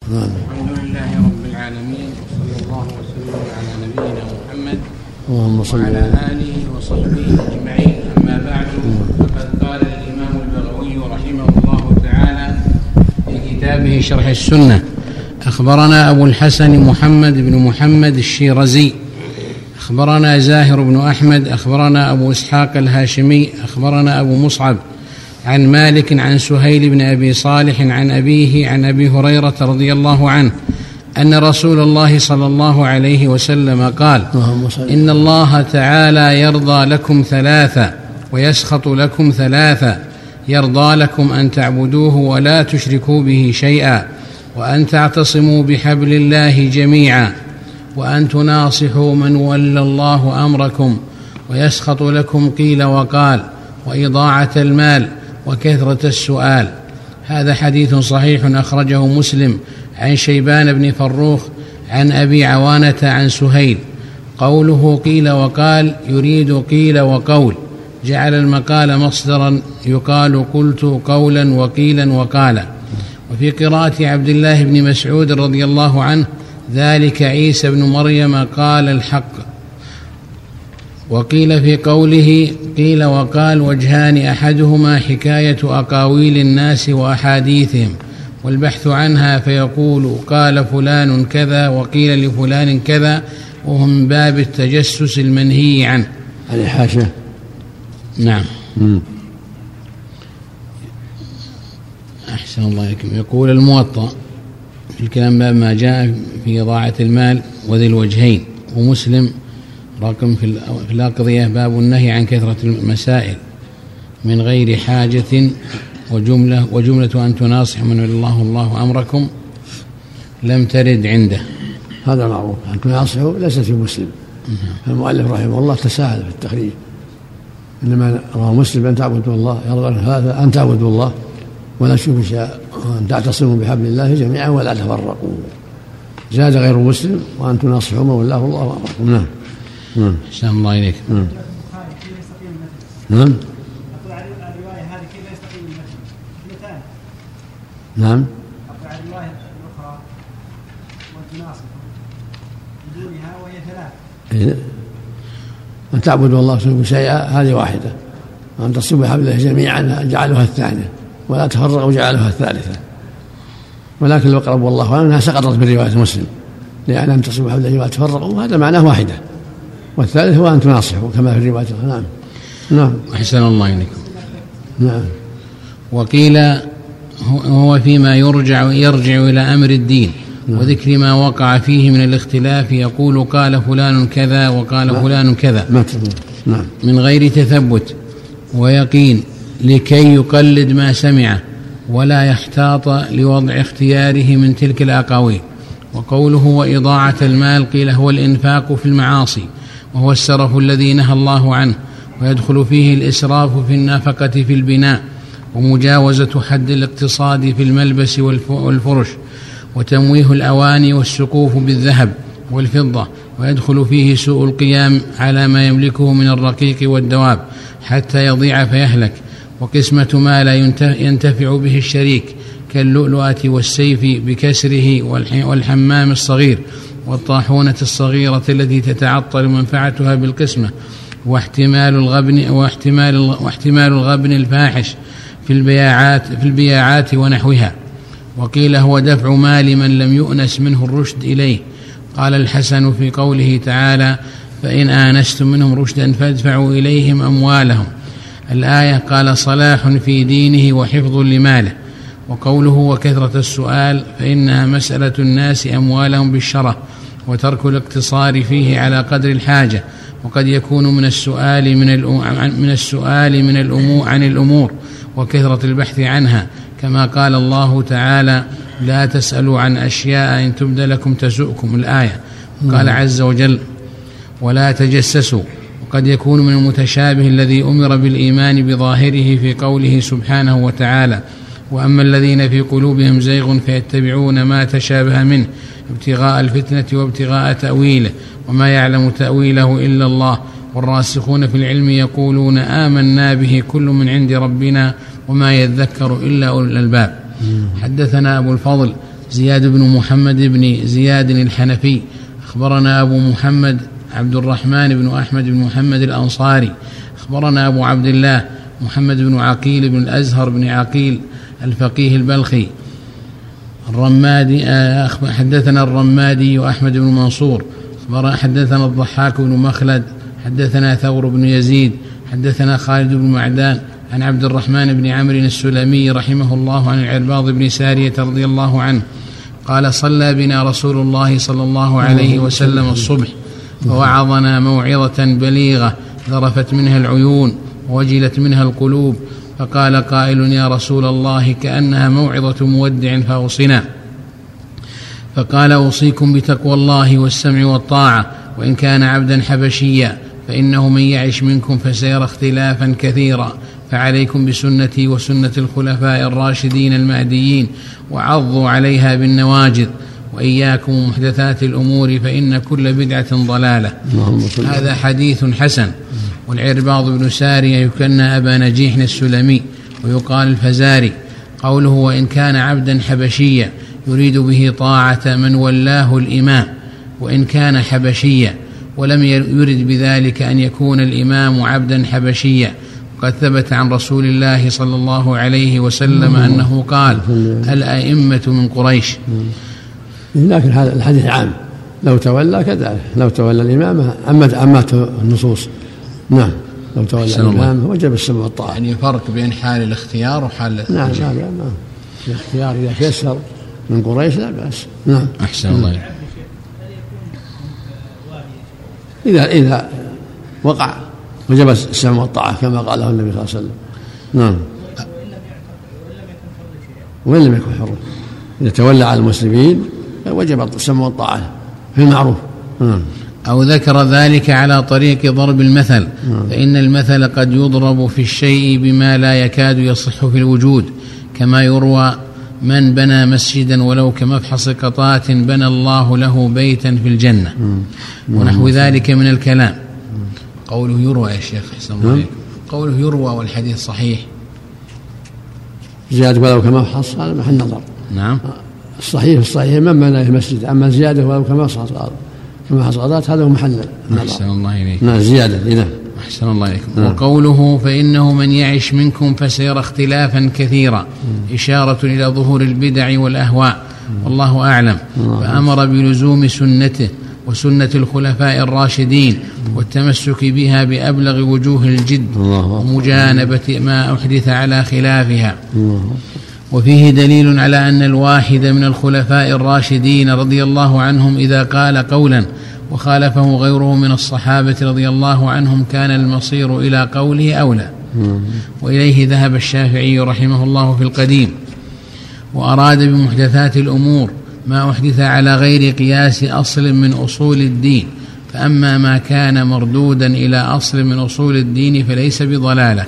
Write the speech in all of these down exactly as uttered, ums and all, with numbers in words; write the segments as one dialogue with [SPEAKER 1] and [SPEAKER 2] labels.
[SPEAKER 1] الحمد لله رب العالمين، وصلى الله وسلم على نبينا محمد وعلى آله وصحبه أجمعين. أما بعد، فقد قال الإمام البغوي رحمه الله تعالى في كتابه شرح السنة: أخبرنا أبو الحسن محمد بن محمد الشيرزي، أخبرنا زاهر بن أحمد، أخبرنا أبو إسحاق الهاشمي، أخبرنا أبو مصعب عن مالك عن سهيل بن أبي صالح عن أبيه عن أبي هريرة رضي الله عنه أن رسول الله صلى الله عليه وسلم قال: إن الله تعالى يرضى لكم ثلاثة ويسخط لكم ثلاثة: يرضى لكم أن تعبدوه ولا تشركوا به شيئا، وأن تعتصموا بحبل الله جميعا، وأن تناصحوا من ولى الله أمركم، ويسخط لكم قيل وقال وإضاعة المال وكثرة السؤال. هذا حديث صحيح أخرجه مسلم عن شيبان بن فروخ عن أبي عوانة عن سهيل. قوله قيل وقال يريد قيل وقول، جعل المقال مصدرا يقال قلت قولا وقيلا وقالا. وفي قراءة عبد الله بن مسعود رضي الله عنه: ذلك عيسى بن مريم قال الحق. وقيل في قوله قيل وقال وجهان: أحدهما حكاية أقاويل الناس وأحاديثهم والبحث عنها، فيقول قال فلان كذا وقيل لفلان كذا، وهو من باب التجسس المنهي عنه.
[SPEAKER 2] عليه حاشة.
[SPEAKER 1] نعم. مم. أحسن الله عليكم. يقول الموطأ في الكلام باب ما جاء في إضاعة المال وذي الوجهين، ومسلم رقم في الأقضية باب النهي عن كثرة المسائل من غير حاجة، وجملة وجملة أن تناصح من الله الله أمركم لم ترد عنده.
[SPEAKER 2] هذا معروف، أن تناصحوا ليست في مسلم. المؤلف رحمه الله تساهل في التخريج، إنما رواه مسلم أن تعبدوا الله، يرضى هذا أن تعبدوا الله ولا تشركوا شيئا، وأن تعتصموا بحبل الله جميعا ولا تفرقوا. زاد غير مسلم وأن تناصحوا من والله الله أمركم. نعم.
[SPEAKER 1] نعم. أحسن الله إليك.
[SPEAKER 2] نعم. نعم.
[SPEAKER 3] الرواية هذه كيف يستقيم المثل؟ مثال.
[SPEAKER 2] نعم.
[SPEAKER 3] أقرأ الرواية الأخرى والتناصح بدونها وهي ثلاث.
[SPEAKER 2] أن تعبدوا الله وتشركوا شيئا هذه واحدة، وأن تصوموا بحبل الله جميعا جعلوها الثانية، ولا تفرقوا جعلوها الثالثة. ولكن الأقرب والله أعلم أنها سقطت برواية مسلم، لأن أن تصوموا بحبل الله ولا تفرقوا هذا معناه واحدة، والثالث هو أن تناصحوا كما في الرواية. نعم. نعم.
[SPEAKER 1] أحسن الله إليكم.
[SPEAKER 2] نعم.
[SPEAKER 1] وقيل هو فيما يرجع يرجع إلى أمر الدين. نعم. وذكر ما وقع فيه من الاختلاف، يقول قال فلان كذا وقال نعم. فلان كذا.
[SPEAKER 2] نعم.
[SPEAKER 1] من غير تثبت ويقين، لكي يقلد ما سمعه ولا يحتاط لوضع اختياره من تلك الأقاويل. وقوله وإضاعة المال قيل هو الإنفاق في المعاصي، وهو السرف الذي نهى الله عنه، ويدخل فيه الإسراف في النفقة في البناء، ومجاوزة حد الاقتصاد في الملبس والفرش، وتمويه الأواني والسقوف بالذهب والفضة، ويدخل فيه سوء القيام على ما يملكه من الرقيق والدواب حتى يضيع فيهلك، وقسمة ما لا ينتفع به الشريك كاللؤلؤة والسيف بكسره والحمام الصغير والطاحونة الصغيرة التي تتعطل منفعتها بالقسمة، واحتمال الغبن واحتمال واحتمال الغبن الفاحش في البياعات في البياعات ونحوها. وقيل هو دفع مال من لم يؤنس منه الرشد إليه. قال الحسن في قوله تعالى فإن آنستم منهم رشدا فادفعوا إليهم أموالهم، الآية قال صلاح في دينه وحفظ لماله. وقوله وكثرة السؤال فإنها مسألة الناس أموالهم بالشره، وترك الاقتصار فيه على قدر الحاجة، وقد يكون من السؤال من من السؤال من الأمور عن الأمور وكثرة البحث عنها، كما قال الله تعالى لا تسألوا عن أشياء إن تبد لكم تسؤكم، الآية. قال عز وجل ولا تجسسوا. وقد يكون من المتشابه الذي أمر بالإيمان بظاهره في قوله سبحانه وتعالى وأما الذين في قلوبهم زيغ فيتبعون ما تشابه منه ابتغاء الفتنة وابتغاء تأويله وما يعلم تأويله إلا الله والراسخون في العلم يقولون آمنا به كل من عند ربنا وما يذكر إلا أولو الألباب. حدثنا أبو الفضل زياد بن محمد بن زياد الحنفي أخبرنا أبو محمد عبد الرحمن بن أحمد بن محمد الأنصاري أخبرنا أبو عبد الله محمد بن عقيل بن الأزهر بن عقيل الفقيه البلخي الرمادي حدثنا الرمادي وأحمد بن منصور حدثنا الضحاك بن مخلد حدثنا ثور بن يزيد حدثنا خالد بن معدان عن عبد الرحمن بن عمرو السلمي رحمه الله عن العرباض بن سارية رضي الله عنه قال صلى بنا رسول الله صلى الله عليه وسلم الصبح فوعظنا موعظة بليغة ذرفت منها العيون ووجلت منها القلوب فقال قائل يا رسول الله كأنها موعظة مودع فأوصنا فقال أوصيكم بتقوى الله والسمع والطاعة وإن كان عبدا حبشيا فإنه من يعش منكم فسيرى اختلافا كثيرا فعليكم بسنتي وسنة الخلفاء الراشدين المهديين وعضوا عليها بالنواجذ وإياكم محدثات الأمور فإن كل بدعة ضلالة. هذا حديث حسن. والعرباض بن سارية يكنى أبا نجيح السلمي ويقال الفزاري. قوله وإن كان عبدا حبشيا يريد به طاعة من ولاه الإمام وإن كان حبشيا، ولم يرد بذلك أن يكون الإمام عبدا حبشيا. وقد ثبت عن رسول الله صلى الله عليه وسلم أنه قال الأئمة من قريش.
[SPEAKER 2] لكن هذا الحديث عام، لو تولى كذلك، لو تولى الإمامة أمته النصوص. نعم، لو تولى الإمامة وجب السمع والطاعة.
[SPEAKER 1] يعني فرق بين حال الاختيار وحال
[SPEAKER 2] نعم لا لا نعم. الاختيار إذا تيسر من قريش لا بأس. نعم
[SPEAKER 1] أحسن الله.
[SPEAKER 2] إذا إذا وقع وجب السمع والطاعة كما قاله النبي صلى الله عليه وسلم. نعم. وإن لم يكن حرا إذا تولى على المسلمين وجب السمع والطاعة في المعروف. نعم.
[SPEAKER 1] أو ذكر ذلك على طريق ضرب المثل. نعم. فإن المثل قد يضرب في الشيء بما لا يكاد يصح في الوجود، كما يروى من بنى مسجدا ولو كمفحص قطات بنى الله له بيتا في الجنة. مم. ونحو ذلك من الكلام. قوله يروى يا شيخ حسن الله عليكم، قوله يروى والحديث صحيح.
[SPEAKER 2] زيادة ولو كمفحص هذا محل نظر.
[SPEAKER 1] نعم.
[SPEAKER 2] الصحيح الصحيح من بنى المسجد، أما زيادة ولو كمفحص كمفحص قطات هذا هو محل نظر.
[SPEAKER 1] أحسن الله إليك.
[SPEAKER 2] نعم زيادة إذا.
[SPEAKER 1] أحسن الله إليكم. نعم. وقوله فإنه من يعش منكم فسيرى اختلافا كثيرا، مم. إشارة إلى ظهور البدع والأهواء. مم. والله أعلم. مم. فأمر بلزوم سنته وسنة الخلفاء الراشدين والتمسك بها بأبلغ وجوه الجد ومجانبة ما أحدث على خلافها. وفيه دليل على أن الواحد من الخلفاء الراشدين رضي الله عنهم إذا قال قولا وخالفه غيره من الصحابة رضي الله عنهم كان المصير إلى قوله أولى. وإليه ذهب الشافعي رحمه الله في القديم. وأراد بمحدثات الأمور ما أحدث على غير قياس أصل من أصول الدين، فأما ما كان مردودا إلى أصل من أصول الدين فليس بضلالة.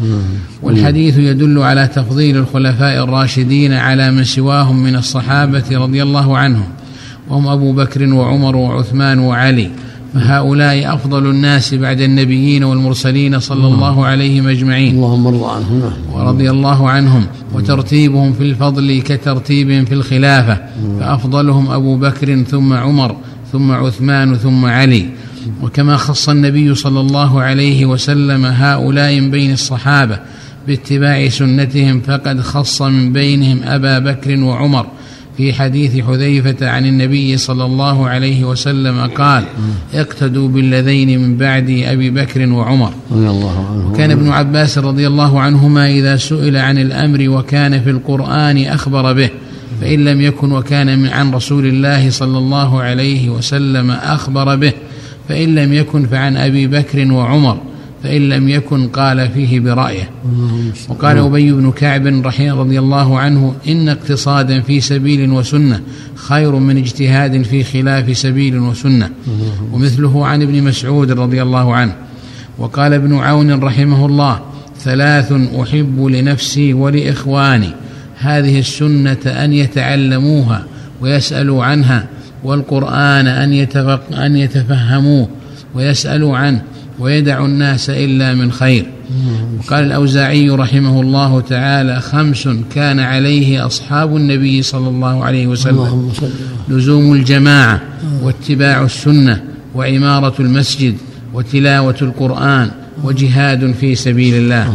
[SPEAKER 1] والحديث يدل على تفضيل الخلفاء الراشدين على من سواهم من الصحابة رضي الله عنهم، وهم أبو بكر وعمر وعثمان وعلي، فهؤلاء أفضل الناس بعد النبيين والمرسلين صلى الله عليهم أجمعين.
[SPEAKER 2] اللهم ارض عنهم
[SPEAKER 1] ورضي الله عنهم. وترتيبهم في الفضل كترتيبهم في الخلافة، فأفضلهم أبو بكر ثم عمر ثم عثمان ثم علي. وكما خص النبي صلى الله عليه وسلم هؤلاء من بين الصحابة باتباع سنتهم، فقد خص من بينهم أبا بكر وعمر في حديث حذيفة عن النبي صلى الله عليه وسلم قال اقتدوا بالذين من بعد أبي بكر وعمر. كان ابن عباس رضي الله عنهما إذا سئل عن الأمر وكان في القرآن أخبر به، فإن لم يكن وكان من عن رسول الله صلى الله عليه وسلم أخبر به، فإن لم يكن فعن أبي بكر وعمر، فإن لم يكن قال فيه برأيه. وقال أبي بن كعب رضي الله عنه إن اقتصادا في سبيل وسنة خير من اجتهاد في خلاف سبيل وسنة. ومثله عن ابن مسعود رضي الله عنه. وقال ابن عون رحمه الله ثلاث أحب لنفسي ولإخواني، هذه السنة أن يتعلموها ويسألوا عنها، والقرآن أن يتفهموه ويسألوا عنه، ويدع الناس إلا من خير. وقال الأوزاعي رحمه الله تعالى: خمس كان عليه أصحاب النبي صلى الله عليه وسلم: لزوم الجماعة، واتباع السنة، وعمارة المسجد، وتلاوة القرآن، وجهاد في سبيل الله.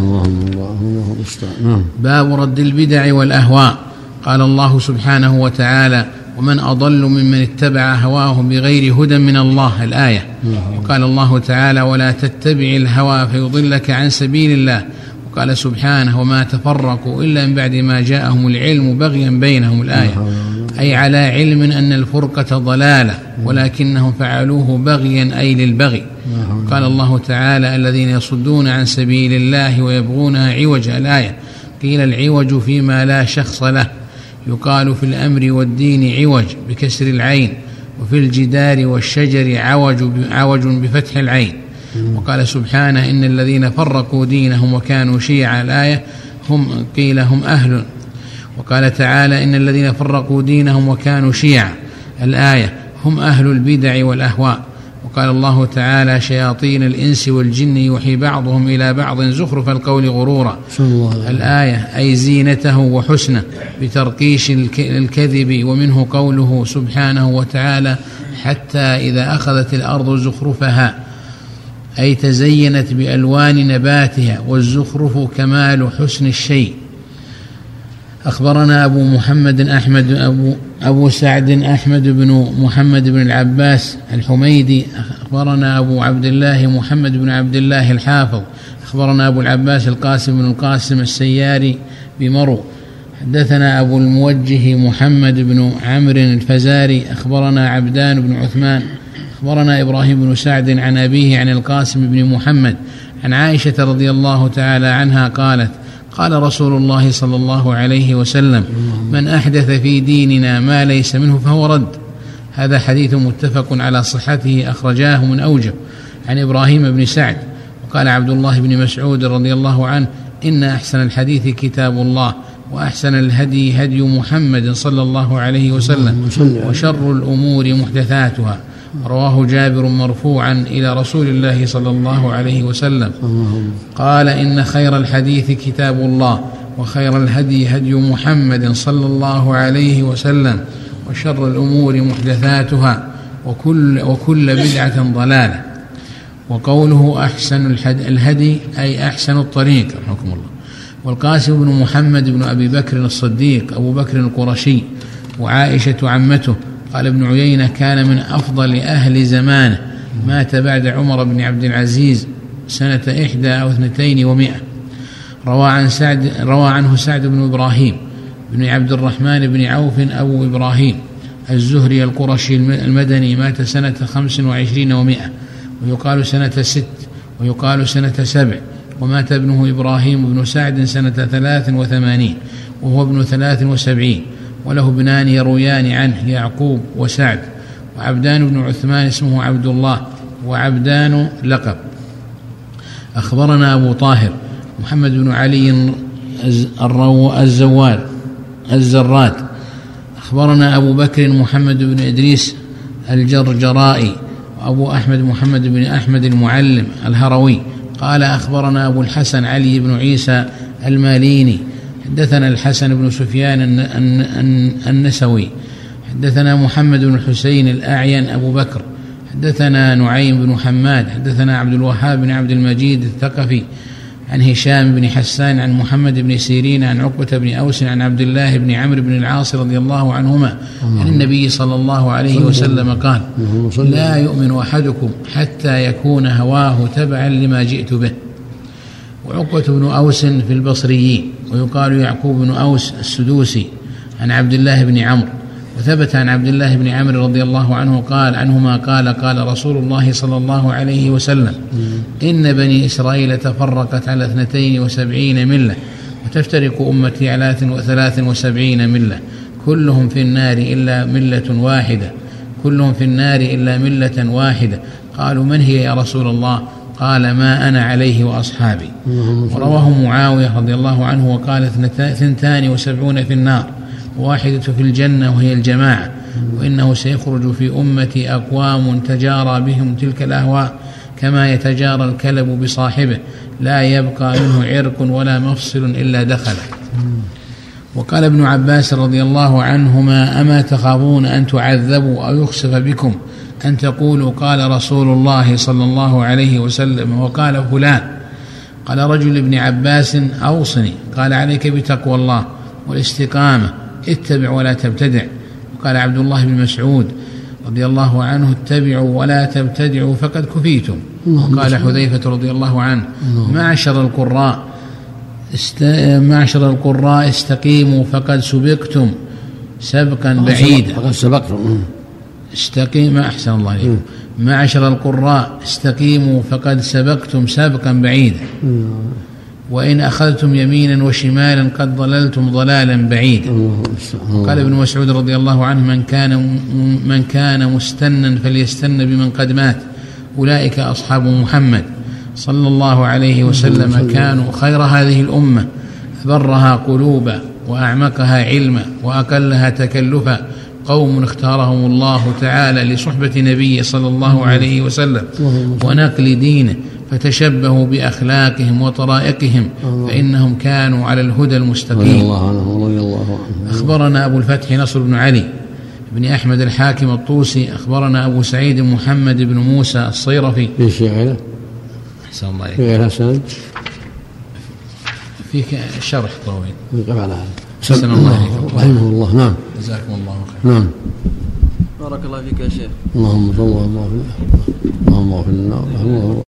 [SPEAKER 1] باب رد البدع والأهواء. قال الله سبحانه وتعالى: ومن أضل ممن اتبع هواه بغير هدى من الله، الآية. وقال الله تعالى: ولا تتبع الهوى فيضلك عن سبيل الله. وقال سبحانه: وما تفرقوا إلا من بعد ما جاءهم العلم بغيا بينهم، الآية. أي على علم أن الفرقة ضلالة، ولكنهم فعلوه بغيا أي للبغي. قال الله تعالى: الذين يصدون عن سبيل الله ويبغونها عوجا، الآية. قيل العوج فيما لا شخص له، يقال في الأمر والدين عوج بكسر العين، وفي الجدار والشجر عوج عوج بفتح العين. وقال سبحانه: إن الذين فرقوا دينهم وكانوا شيعا، الآية. هم قيل هم أهل. وقال تعالى: إن الذين فرقوا دينهم وكانوا شيعا، الآية. هم أهل البدع والأهواء. وقال الله تعالى: شياطين الإنس والجن يوحي بعضهم إلى بعض زخرف القول غرورا، الآية. أي زينته وحسنه بترقيش الكذب. ومنه قوله سبحانه وتعالى: حتى إذا أخذت الأرض زخرفها، أي تزينت بألوان نباتها، والزخرف كمال حسن الشيء. أخبرنا أبو محمد أحمد أبو, أبو سعد أحمد بن محمد بن العباس الحميدي. أخبرنا أبو عبد الله محمد بن عبد الله الحافظ. أخبرنا أبو العباس القاسم بن القاسم السياري بمرو. حدثنا أبو الموجه محمد بن عمرو الفزاري. أخبرنا عبدان بن عثمان. أخبرنا إبراهيم بن سعد عن أبيه عن القاسم بن محمد عن عائشة رضي الله تعالى عنها قالت: قال رسول الله صلى الله عليه وسلم: من أحدث في ديننا ما ليس منه فهو رد. هذا حديث متفق على صحته، أخرجاه من أوجه عن إبراهيم بن سعد. وقال عبد الله بن مسعود رضي الله عنه: إن أحسن الحديث كتاب الله، وأحسن الهدي هدي محمد صلى الله عليه وسلم، وشر الأمور محدثاتها. رواه جابر مرفوعا إلى رسول الله صلى الله عليه وسلم قال: إن خير الحديث كتاب الله، وخير الهدي هدي محمد صلى الله عليه وسلم، وشر الأمور محدثاتها، وكل, وكل بدعة ضلالة. وقوله أحسن الهدي أي أحسن الطريق، رحمكم الله. والقاسم بن محمد بن أبي بكر الصديق أبو بكر القرشي، وعائشة عمته. قال ابن عيينة: كان من أفضل أهل زمانه، مات بعد عمر بن عبد العزيز سنة إحدى أو اثنتين ومائة. روى, عن سعد روى عنه سعد بن إبراهيم بن عبد الرحمن بن عوف أبو إبراهيم الزهري القرشي المدني، مات سنة خمس وعشرين ومائة، ويقال سنة ست، ويقال سنة سبع. ومات ابنه إبراهيم بن سعد سنة ثلاث وثمانين، وهو ابن ثلاث وسبعين، وله ابنان يرويان عنه، يعقوب وسعد. وعبدان بن عثمان اسمه عبد الله، وعبدان لقب. أخبرنا أبو طاهر محمد بن علي الزوال الزراد. أخبرنا أبو بكر محمد بن إدريس الجرجرائي، وأبو أحمد محمد بن أحمد المعلم الهروي. قال: أخبرنا أبو الحسن علي بن عيسى الماليني. حدثنا الحسن بن سفيان النسوي. حدثنا محمد بن الحسين الأعين أبو بكر. حدثنا نعيم بن حماد. حدثنا عبد الوهاب بن عبد المجيد الثقفي عن هشام بن حسان عن محمد بن سيرين عن عقبة بن أوس عن عبد الله بن عمرو بن العاص رضي الله عنهما عن النبي صلى الله عليه وسلم قال: لا يؤمن أحدكم حتى يكون هواه تبعا لما جئت به. وعقبة بن أوس في البصريين، ويقال يعقوب بن أوس السدوسي عن عبد الله بن عمرو. وثبت عن عبد الله بن عمرو رضي الله عنه قال عنهما قال: قال رسول الله صلى الله عليه وسلم: إن بني إسرائيل تفرقت على اثنتين وسبعين ملة، وتفترق أمتي على ثلاث وسبعين ملة، كلهم في النار إلا ملة واحدة كلهم في النار إلا ملة واحدة. قالوا: من هي يا رسول الله؟ قال: ما أنا عليه وأصحابي. ورواه معاوية رضي الله عنه وقال: ثنتان وسبعون في النار، واحدة في الجنة وهي الجماعة، وإنه سيخرج في أمتي أقوام تجارى بهم تلك الأهواء كما يتجارى الكلب بصاحبه لا يبقى منه عرق ولا مفصل إلا دخله. وقال ابن عباس رضي الله عنهما: أما تخافون أن تعذبوا أو يخسف بكم أن تقولوا قال رسول الله صلى الله عليه وسلم وقال فلان. قال رجل ابن عباس: أوصني. قال: عليك بتقوى الله والاستقامة، اتبع ولا تبتدع. وقال عبد الله بن مسعود رضي الله عنه: اتبعوا ولا تبتدعوا فقد كفيتم. وقال حذيفة رضي الله عنه: معشر القراء است... معشر القراء استقيموا فقد سبقتم سبقا بعيدا.
[SPEAKER 2] فقد سبقتم
[SPEAKER 1] استقيم أحسن الله عليكم. معشر القراء استقيموا فقد سبقتم سبقا بعيدا، وإن أخذتم يمينا وشمالا قد ضللتم ضلالا بعيدا. قال ابن مسعود رضي الله عنه: من كان من كان مستنا فليستن بمن قد مات، أولئك أصحاب محمد صلى الله عليه وسلم، كانوا خير هذه الأمة، أبرها قلوبا وأعمقها علما وأقلها تكلفا، قوم اختارهم الله تعالى لصحبة نبيه صلى الله عليه وسلم ونقل دينه، فتشبهوا بأخلاقهم وطرائقهم فإنهم كانوا على الهدى المستقيم. أخبرنا أبو الفتح نصر بن علي بن أحمد الحاكم الطوسي أخبرنا أبو سعيد محمد بن موسى الصيرفي.
[SPEAKER 2] في شيء
[SPEAKER 1] أحسن الله عليك.
[SPEAKER 2] في غير سند
[SPEAKER 1] في شرح طويل.
[SPEAKER 2] أحسن الله عليك رحمه الله. نعم
[SPEAKER 1] جزاكم الله خير.
[SPEAKER 2] نعم
[SPEAKER 4] بارك الله فيك يا شيخ.
[SPEAKER 2] اللهم صل اللهم اغفر لنا اللهم